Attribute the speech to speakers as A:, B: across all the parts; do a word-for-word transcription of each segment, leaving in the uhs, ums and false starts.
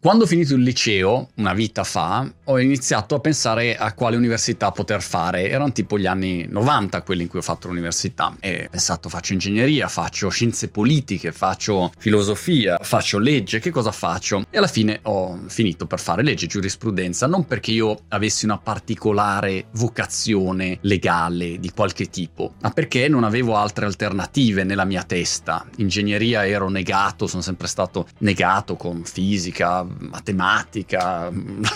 A: Quando ho finito il liceo, una vita fa, ho iniziato a pensare a quale università poter fare. Erano tipo gli anni novanta quelli in cui ho fatto l'università. E ho pensato, faccio ingegneria, faccio scienze politiche, faccio filosofia, faccio legge, che cosa faccio? E alla fine ho finito per fare legge, giurisprudenza, non perché io avessi una particolare vocazione legale di qualche tipo, ma perché non avevo altre alternative nella mia testa. Ingegneria ero negato, sono sempre stato negato con fisica, matematica,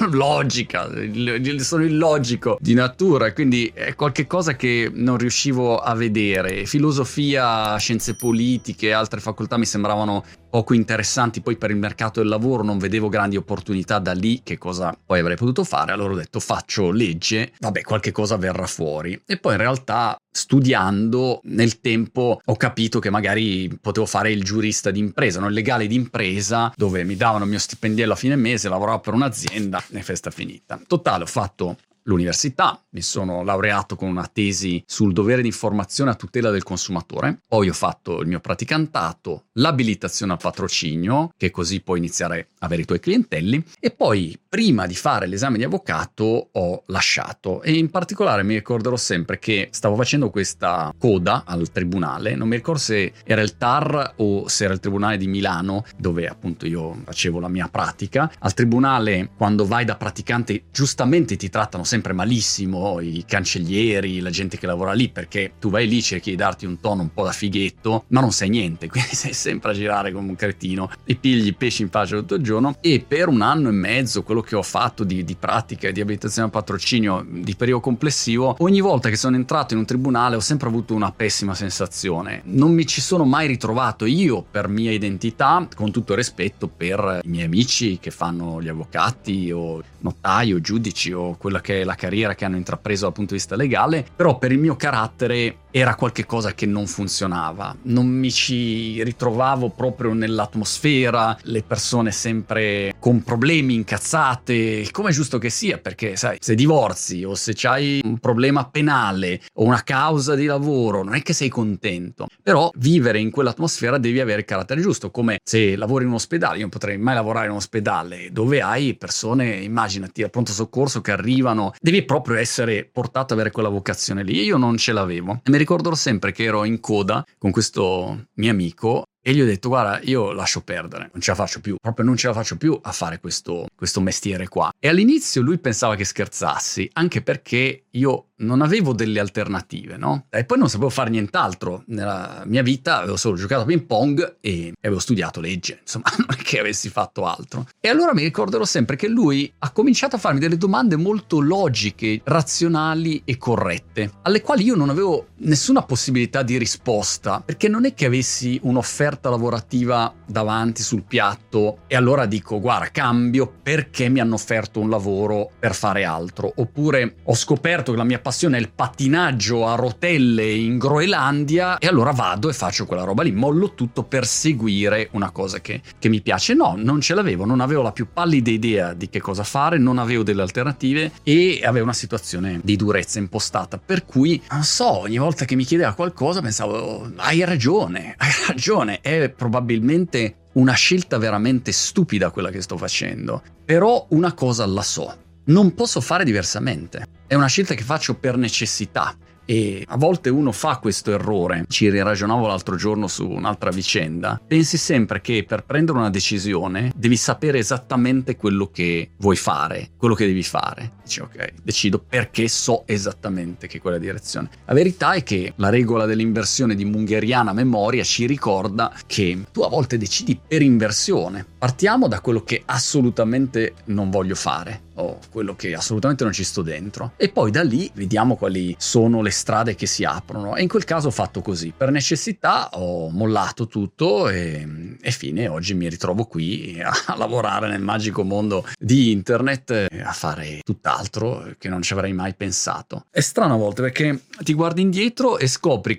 A: logica, sono illogico di natura, quindi è qualche cosa che non riuscivo a vedere. Filosofia, scienze politiche, altre facoltà mi sembravano poco interessanti, poi per il mercato del lavoro non vedevo grandi opportunità da lì, che cosa poi avrei potuto fare. Allora ho detto faccio legge, vabbè qualche cosa verrà fuori. E poi in realtà studiando nel tempo ho capito che magari potevo fare il giurista d'impresa, no? Il legale d'impresa, dove mi davano il mio stipendiello a fine mese, lavoravo per un'azienda e festa finita. Totale, ho fatto l'università, mi sono laureato con una tesi sul dovere di informazione a tutela del consumatore, poi ho fatto il mio praticantato, l'abilitazione al patrocinio, che così puoi iniziare a avere i tuoi clientelli, e poi prima di fare l'esame di avvocato ho lasciato. E in particolare mi ricorderò sempre che stavo facendo questa coda al tribunale, non mi ricordo se era il T A R o se era il Tribunale di Milano, dove appunto io facevo la mia pratica. Al tribunale, quando vai da praticante, giustamente ti trattano sempre malissimo i cancellieri, la gente che lavora lì, perché tu vai lì, cerchi di darti un tono un po' da fighetto, ma non sai niente, quindi sei sempre a girare come un cretino e pigli pesci in faccia tutto il giorno. E per un anno e mezzo, quello che ho fatto di, di pratica e di abilitazione al patrocinio di periodo complessivo, ogni volta che sono entrato in un tribunale ho sempre avuto una pessima sensazione. Non mi ci sono mai ritrovato io per mia identità, con tutto il rispetto per i miei amici che fanno gli avvocati o notai o giudici o quella che è la carriera che hanno intrapreso dal punto di vista legale, però per il mio carattere era qualche cosa che non funzionava, non mi ci ritrovavo proprio nell'atmosfera, le persone sempre con problemi, incazzate, come è giusto che sia, perché sai, se divorzi o se c'hai un problema penale o una causa di lavoro, non è che sei contento, però vivere in quell'atmosfera devi avere il carattere giusto, come se lavori in un ospedale. Io non potrei mai lavorare in un ospedale dove hai persone, immaginati, al pronto soccorso che arrivano, devi proprio essere portato ad avere quella vocazione lì. Io non ce l'avevo e mi ricorderò sempre che ero in coda con questo mio amico e gli ho detto guarda, io lascio perdere, non ce la faccio più, proprio non ce la faccio più a fare questo, questo mestiere qua. E all'inizio lui pensava che scherzassi, anche perché io non avevo delle alternative, no? E poi non sapevo fare nient'altro nella mia vita, avevo solo giocato a ping pong e avevo studiato legge, insomma non è che avessi fatto altro. E allora mi ricorderò sempre che lui ha cominciato a farmi delle domande molto logiche, razionali e corrette, alle quali io non avevo nessuna possibilità di risposta, perché non è che avessi un'offerta lavorativa davanti sul piatto e allora dico guarda, cambio perché mi hanno offerto un lavoro per fare altro, oppure ho scoperto che la mia passione è il pattinaggio a rotelle in Groenlandia e allora vado e faccio quella roba lì, mollo tutto per seguire una cosa che, che mi piace. No, non ce l'avevo, non avevo la più pallida idea di che cosa fare, non avevo delle alternative e avevo una situazione di durezza impostata, per cui non so, ogni volta che mi chiedeva qualcosa pensavo hai ragione, hai ragione, è probabilmente una scelta veramente stupida quella che sto facendo, però una cosa la so, non posso fare diversamente, è una scelta che faccio per necessità. E a volte uno fa questo errore, ci ragionavo l'altro giorno su un'altra vicenda, pensi sempre che per prendere una decisione devi sapere esattamente quello che vuoi fare, quello che devi fare. Dici ok, decido perché so esattamente che è quella direzione. La verità è che la regola dell'inversione di Mungheriana memoria ci ricorda che tu a volte decidi per inversione. Partiamo da quello che assolutamente non voglio fare o quello che assolutamente non ci sto dentro e poi da lì vediamo quali sono le strade che si aprono, e in quel caso ho fatto così, per necessità ho mollato tutto e, e fine, oggi mi ritrovo qui a, a lavorare nel magico mondo di internet, a fare tutt'altro che non ci avrei mai pensato. È strano a volte perché ti guardi indietro e scopri che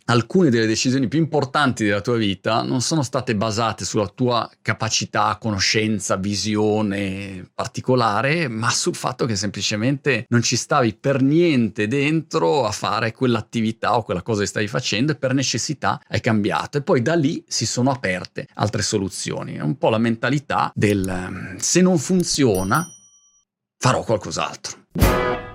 A: alcune delle decisioni più importanti della tua vita non sono state basate sulla tua capacità, conoscenza, visione particolare, ma sul fatto che semplicemente non ci stavi per niente dentro a fare quell'attività o quella cosa che stavi facendo e per necessità hai cambiato, e poi da lì si sono aperte altre soluzioni. È un po' la mentalità del se non funziona farò qualcos'altro.